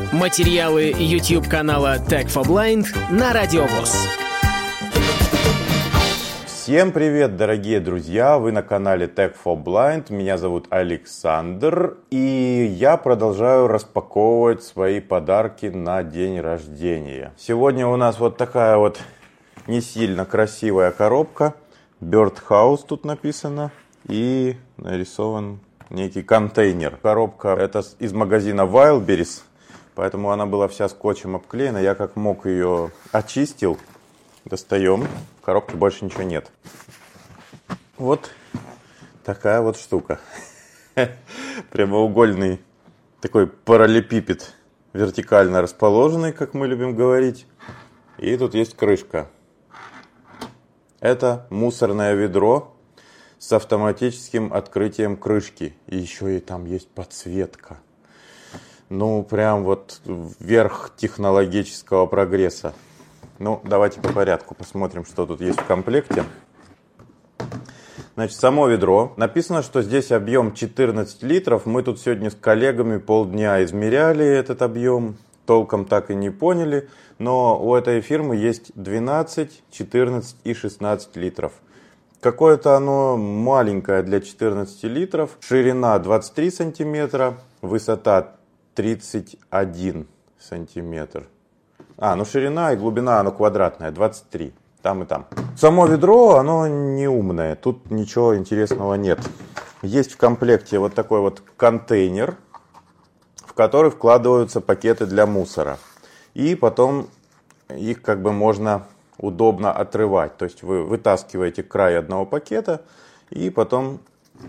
Материалы YouTube-канала Tech for Blind на Радио ВОС. Всем привет, дорогие друзья! Вы на канале Tech for Blind. Меня зовут Александр. И я продолжаю распаковывать свои подарки на день рождения. Сегодня у нас вот такая вот не сильно красивая коробка. Bird House тут написано. И нарисован некий контейнер. Коробка это из магазина Wildberries. Поэтому она была вся скотчем обклеена. Я как мог ее очистил. Достаем. В коробке больше ничего нет. Вот такая вот штука. Прямоугольный такой параллелепипед. Вертикально расположенный, как мы любим говорить. И тут есть крышка. Это мусорное ведро с автоматическим открытием крышки. И еще и там есть подсветка. Ну, прям вот верх технологического прогресса. Ну, давайте по порядку посмотрим, что тут есть в комплекте. Значит, само ведро. Написано, что здесь объем 14 литров. Мы тут сегодня с коллегами полдня измеряли этот объем. Толком так и не поняли. Но у этой фирмы есть 12, 14 и 16 литров. Какое-то оно маленькое для 14 литров. Ширина 23 сантиметра, высота 31 сантиметр. Ну ширина и глубина, оно квадратное, 23. Там и там. Само ведро, оно не умное. Тут ничего интересного нет. Есть в комплекте вот такой вот контейнер, в который вкладываются пакеты для мусора. И потом их как бы можно удобно отрывать. То есть вы вытаскиваете край одного пакета и потом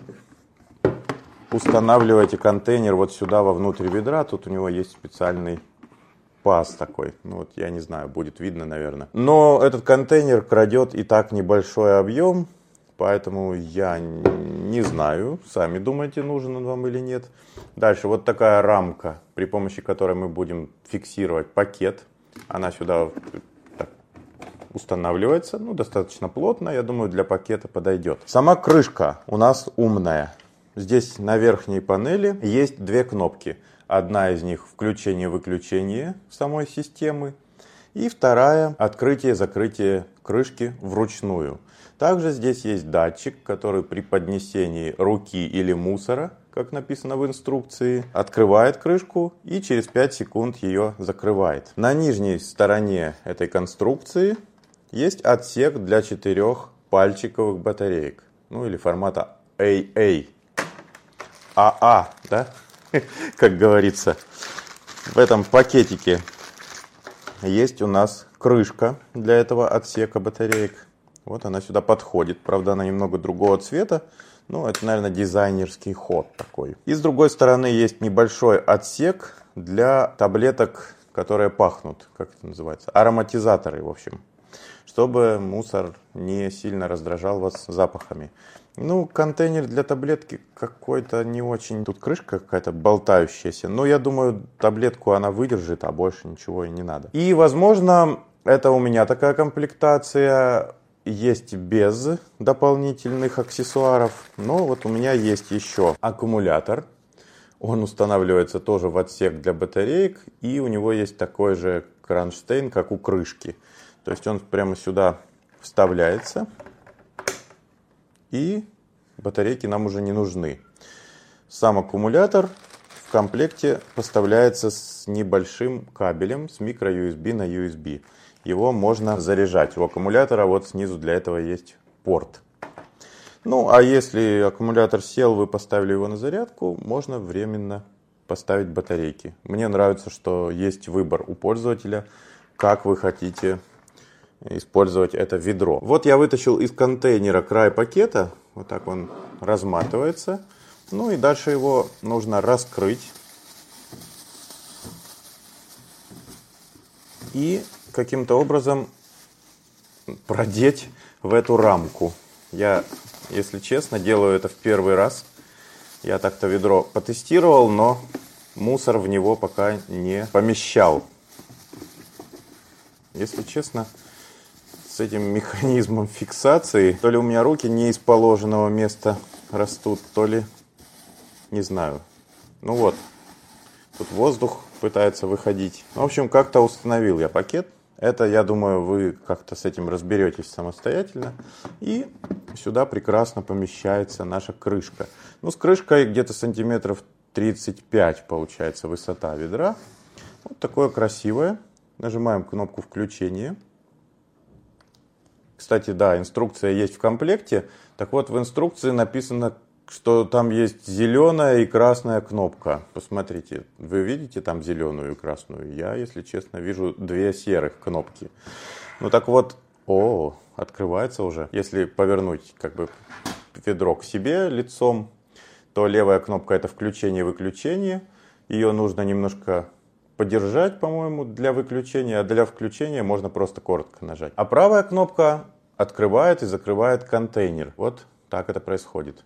устанавливаете контейнер вот сюда вовнутрь ведра. Тут у него есть специальный паз такой. Ну вот я не знаю, будет видно, наверное. Но этот контейнер крадет и так небольшой объем. Поэтому я не знаю. Сами думаете, нужен он вам или нет. Дальше вот такая рамка, при помощи которой мы будем фиксировать пакет. Она сюда так устанавливается. Ну, достаточно плотно. Я думаю, для пакета подойдет. Сама крышка у нас умная. Здесь на верхней панели есть две кнопки. Одна из них включение-выключение самой системы. И вторая открытие-закрытие крышки вручную. Также здесь есть датчик, который при поднесении руки или мусора, как написано в инструкции, открывает крышку и через 5 секунд ее закрывает. На нижней стороне этой конструкции есть отсек для 4 пальчиковых батареек. Ну или формата AA. АА, да? Как говорится. В этом пакетике есть у нас крышка для этого отсека батареек. Вот она сюда подходит. Правда, она немного другого цвета. Ну, это, наверное, дизайнерский ход такой. И с другой стороны есть небольшой отсек для таблеток, которые пахнут. Как это называется? Ароматизаторы, в общем. Чтобы мусор не сильно раздражал вас запахами. Ну, контейнер для таблетки какой-то не очень. Тут крышка какая-то болтающаяся. Но я думаю, таблетку она выдержит, а больше ничего и не надо. И, возможно, это у меня такая комплектация. Есть без дополнительных аксессуаров. Но вот у меня есть еще аккумулятор. Он устанавливается тоже в отсек для батареек. И у него есть такой же кронштейн, как у крышки. То есть он прямо сюда вставляется. И батарейки нам уже не нужны. Сам аккумулятор в комплекте поставляется с небольшим кабелем с micro-USB на USB. Его можно заряжать. У аккумулятора вот снизу для этого есть порт. Ну, а если аккумулятор сел, вы поставили его на зарядку, можно временно поставить батарейки. Мне нравится, что есть выбор у пользователя, как вы хотите использовать это ведро. Вот я вытащил из контейнера край пакета. Вот так он разматывается. Ну и дальше его нужно раскрыть. И каким-то образом продеть в эту рамку. Я, если честно, делаю это в первый раз. Я так-то ведро потестировал, но мусор в него пока не помещал. Если честно, с этим механизмом фиксации, то ли у меня руки не из положенного места растут, то ли не знаю. Ну вот, Тут воздух пытается выходить. В общем, как-то установил я пакет. Это, я думаю, вы как-то с этим разберетесь самостоятельно. И сюда прекрасно помещается наша крышка. Ну, с крышкой где-то сантиметров 35 получается высота ведра. Вот такое красивое. Нажимаем кнопку включения. Кстати, да, инструкция есть в комплекте. Так вот, в инструкции написано, что там есть зеленая и красная кнопка. Посмотрите, вы видите там зеленую и красную? Я, если честно, вижу две серых кнопки. Ну так вот, открывается уже. Если повернуть как бы ведро к себе лицом, то левая кнопка — это включение-выключение. Ее нужно немножко подержать, по-моему, для выключения, а для включения можно просто коротко нажать. А правая кнопка открывает и закрывает контейнер. Вот так это происходит.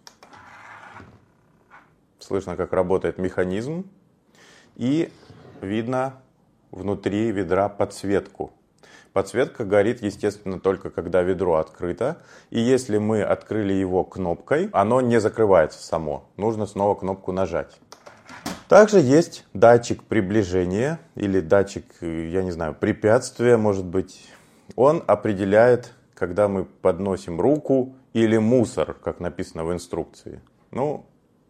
Слышно, как работает механизм. И видно внутри ведра подсветку. Подсветка горит, естественно, только когда ведро открыто. И если мы открыли его кнопкой, оно не закрывается само. Нужно снова кнопку нажать. Также есть датчик приближения или датчик, я не знаю, препятствия, может быть. Он определяет, когда мы подносим руку или мусор, как написано в инструкции. Ну,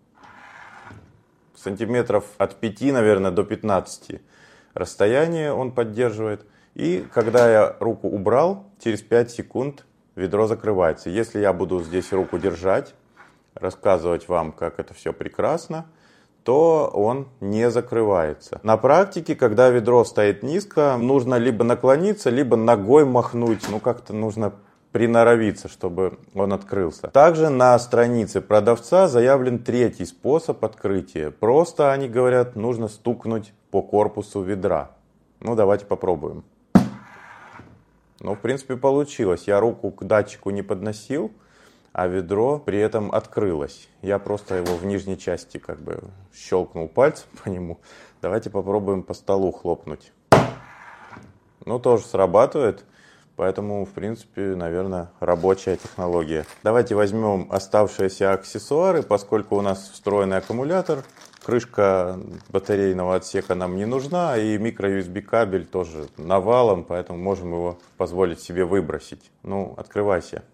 сантиметров от 5, наверное, до 15 расстояние он поддерживает. И когда я руку убрал, через 5 секунд ведро закрывается. Если я буду здесь руку держать, рассказывать вам, как это все прекрасно, то он не закрывается. На практике, когда ведро стоит низко, нужно либо наклониться, либо ногой махнуть. Ну, как-то нужно приноровиться, чтобы он открылся. Также на странице продавца заявлен третий способ открытия. Просто, они говорят, нужно стукнуть по корпусу ведра. Ну, давайте попробуем. Ну, в принципе, получилось. Я руку к датчику не подносил, а ведро при этом открылось. Я просто его в нижней части как бы щелкнул пальцем по нему. Давайте попробуем по столу хлопнуть. Ну, тоже срабатывает. Поэтому, в принципе, наверное, рабочая технология. Давайте возьмем оставшиеся аксессуары, поскольку у нас встроенный аккумулятор. Крышка батарейного отсека нам не нужна, и микро-USB кабель тоже навалом, поэтому можем его позволить себе выбросить. Ну, открывайся.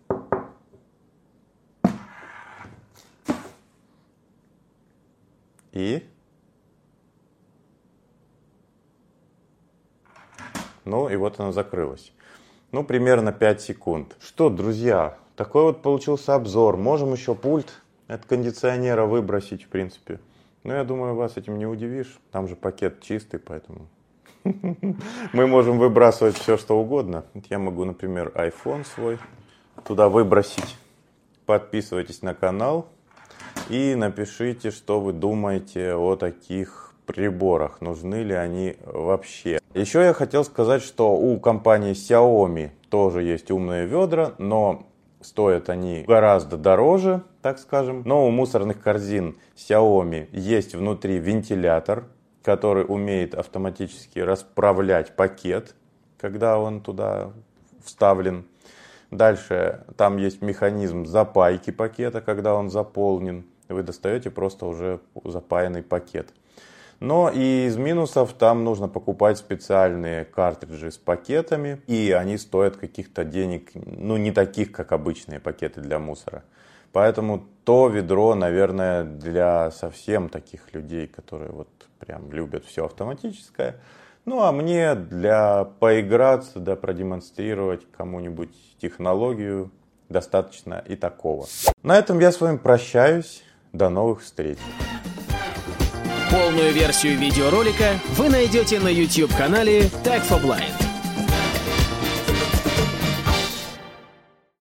И? Ну, и вот она закрылась. Ну, примерно 5 секунд. Что, друзья, такой вот получился обзор. Можем еще пульт от кондиционера выбросить, в принципе. Но я думаю, вас этим не удивишь. Там же пакет чистый, поэтому мы можем выбрасывать все, что угодно. Я могу, например, iPhone свой туда выбросить. Подписывайтесь на канал и напишите, что вы думаете о таких приборах. Нужны ли они вообще. Еще я хотел сказать, что у компании Xiaomi тоже есть умные ведра, но стоят они гораздо дороже, так скажем. Но у мусорных корзин Xiaomi есть внутри вентилятор, который умеет автоматически расправлять пакет, когда он туда вставлен. Дальше там есть механизм запайки пакета, когда он заполнен. Вы достаете просто уже запаянный пакет. Но и из минусов там нужно покупать специальные картриджи с пакетами, и они стоят каких-то денег, ну не таких, как обычные пакеты для мусора. Поэтому то ведро, наверное, для совсем таких людей, которые вот прям любят все автоматическое. Ну а мне для поиграться, да продемонстрировать кому-нибудь технологию достаточно и такого. На этом я с вами прощаюсь. До новых встреч. Полную версию видеоролика вы найдете на YouTube-канале Tech4Blind.